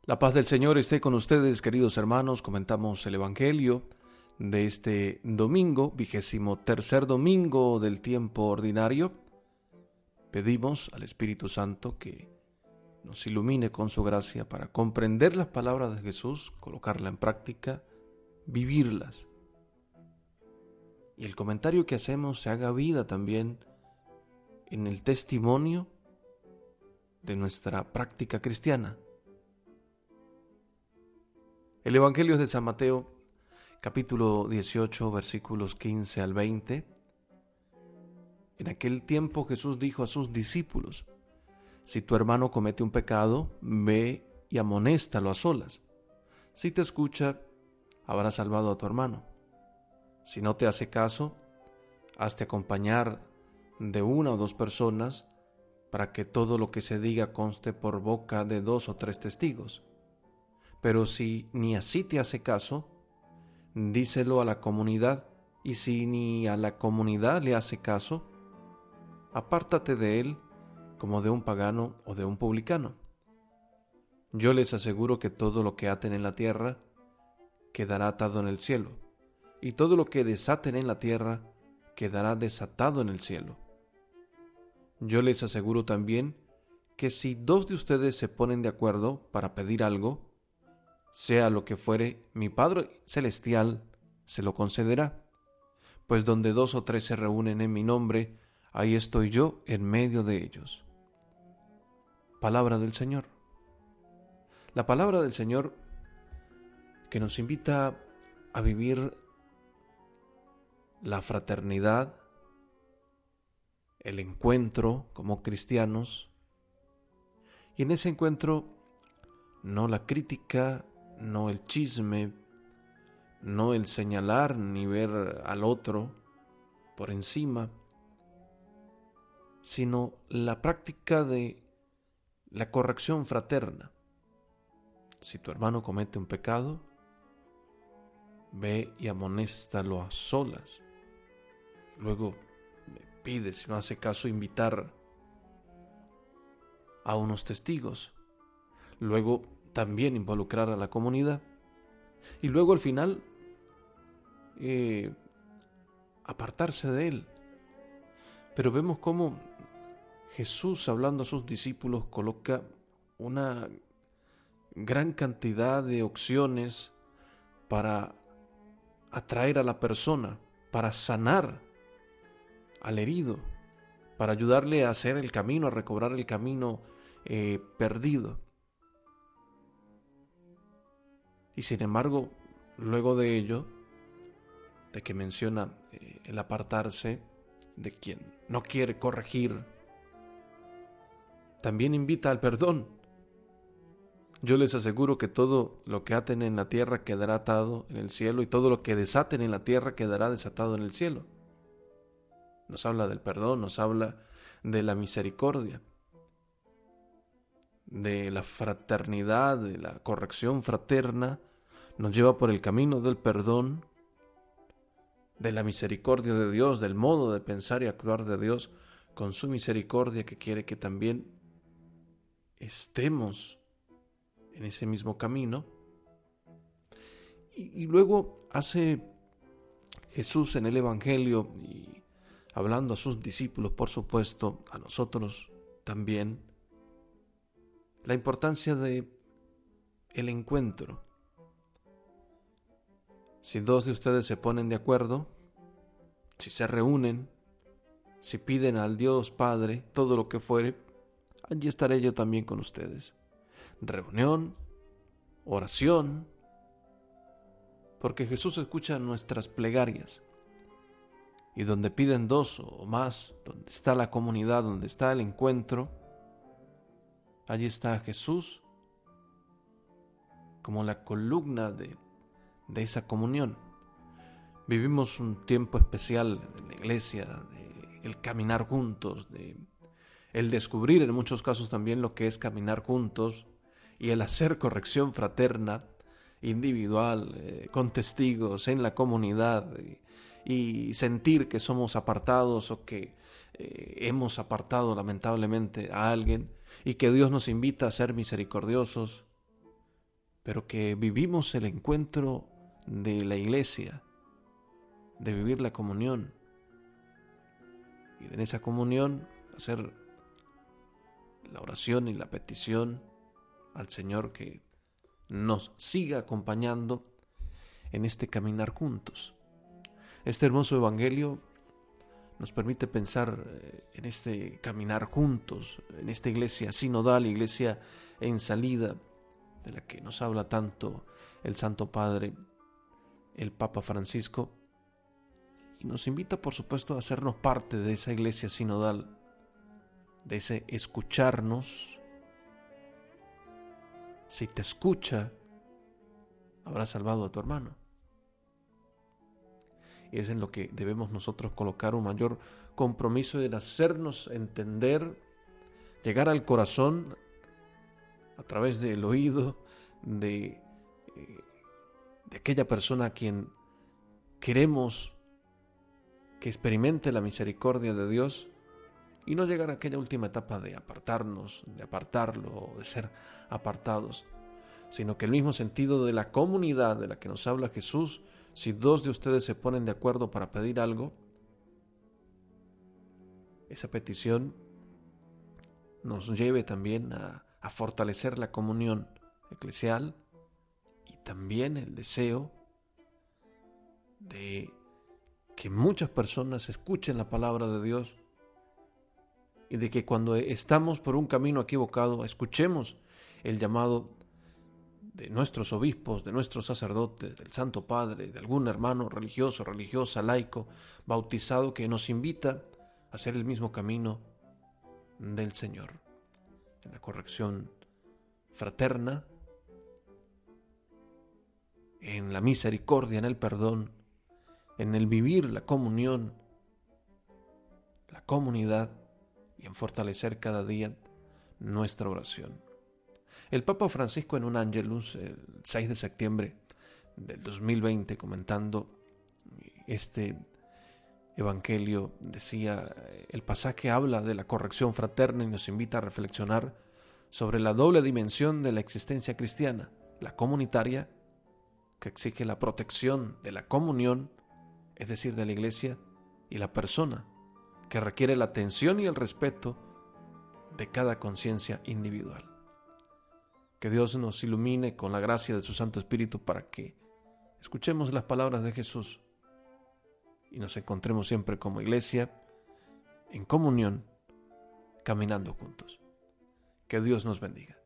La paz del Señor esté con ustedes, queridos hermanos. Comentamos el Evangelio de este domingo, 23º domingo del tiempo ordinario. Pedimos al Espíritu Santo que nos ilumine con su gracia para comprender las palabras de Jesús, colocarlas en práctica, vivirlas. Y el comentario que hacemos se haga vida también en el testimonio de nuestra práctica cristiana. El Evangelio es de San Mateo, capítulo 18, versículos 15 al 20. En aquel tiempo Jesús dijo a sus discípulos: si tu hermano comete un pecado, ve y amonéstalo a solas. Si te escucha, habrás salvado a tu hermano. Si no te hace caso, hazte acompañar de 1 o 2 personas para que todo lo que se diga conste por boca de 2 o 3 testigos. Pero si ni así te hace caso, díselo a la comunidad, y si ni a la comunidad le hace caso, apártate de él como de un pagano o de un publicano. Yo les aseguro que todo lo que aten en la tierra quedará atado en el cielo, y todo lo que desaten en la tierra quedará desatado en el cielo. Yo les aseguro también que si 2 de ustedes se ponen de acuerdo para pedir algo, sea lo que fuere, mi Padre Celestial se lo concederá. Pues donde 2 o 3 se reúnen en mi nombre, ahí estoy yo en medio de ellos. Palabra del Señor. La palabra del Señor que nos invita a vivir la fraternidad, el encuentro como cristianos, y en ese encuentro no la crítica, no el chisme, no el señalar ni ver al otro por encima, sino la práctica de la corrección fraterna. Si tu hermano comete un pecado, ve y amonéstalo a solas. Luego me pide, si no hace caso, invitar a unos testigos. Luego también involucrar a la comunidad. Y luego al final apartarse de él. Pero vemos cómo Jesús, hablando a sus discípulos, coloca una gran cantidad de opciones para atraer a la persona, para sanar al herido, para ayudarle a hacer el camino, a recobrar el camino perdido. Y sin embargo, luego de ello, de que menciona el apartarse de quien no quiere corregir, también invita al perdón. Yo les aseguro que todo lo que aten en la tierra quedará atado en el cielo, y todo lo que desaten en la tierra quedará desatado en el cielo. Nos habla del perdón, nos habla de la misericordia, de la fraternidad, de la corrección fraterna. Nos lleva por el camino del perdón, de la misericordia de Dios, del modo de pensar y actuar de Dios con su misericordia, que quiere que también estemos en ese mismo camino. Y luego hace Jesús en el Evangelio, y hablando a sus discípulos, por supuesto, a nosotros también, la importancia de el encuentro. Si 2 de ustedes se ponen de acuerdo, si se reúnen, si piden al Dios Padre todo lo que fuere, allí estaré yo también con ustedes. Reunión, oración, porque Jesús escucha nuestras plegarias. Y donde piden 2 o más, donde está la comunidad, donde está el encuentro, allí está Jesús como la columna de esa comunión. Vivimos un tiempo especial en la iglesia, de el caminar juntos, de el descubrir en muchos casos también lo que es caminar juntos, y el hacer corrección fraterna, individual, con testigos en la comunidad, y sentir que somos apartados o que hemos apartado lamentablemente a alguien, y que Dios nos invita a ser misericordiosos, pero que vivimos el encuentro de la iglesia, de vivir la comunión, y en esa comunión hacer la oración y la petición al Señor que nos siga acompañando en este caminar juntos. Este hermoso evangelio nos permite pensar en este caminar juntos, en esta iglesia sinodal, iglesia en salida, de la que nos habla tanto el Santo Padre, el Papa Francisco, y nos invita, por supuesto, a hacernos parte de esa iglesia sinodal, de ese escucharnos. Si te escucha, habrás salvado a tu hermano. Y es en lo que debemos nosotros colocar un mayor compromiso en hacernos entender, llegar al corazón a través del oído de aquella persona a quien queremos que experimente la misericordia de Dios, y no llegar a aquella última etapa de apartarnos, de apartarlo o de ser apartados, sino que el mismo sentido de la comunidad de la que nos habla Jesús, si dos de ustedes se ponen de acuerdo para pedir algo, esa petición nos lleve también a fortalecer la comunión eclesial y también el deseo de que muchas personas escuchen la palabra de Dios y de que cuando estamos por un camino equivocado escuchemos el llamado de nuestros obispos, de nuestros sacerdotes, del Santo Padre, de algún hermano religioso, religiosa, laico, bautizado, que nos invita a hacer el mismo camino del Señor, en la corrección fraterna, en la misericordia, en el perdón, en el vivir la comunión, la comunidad, y en fortalecer cada día nuestra oración. El Papa Francisco, en un Angelus el 6 de septiembre del 2020, comentando este evangelio, decía: el pasaje habla de la corrección fraterna y nos invita a reflexionar sobre la doble dimensión de la existencia cristiana, la comunitaria, que exige la protección de la comunión, es decir, de la iglesia, y la persona, que requiere la atención y el respeto de cada conciencia individual. Que Dios nos ilumine con la gracia de su Santo Espíritu para que escuchemos las palabras de Jesús y nos encontremos siempre como iglesia, en comunión, caminando juntos. Que Dios nos bendiga.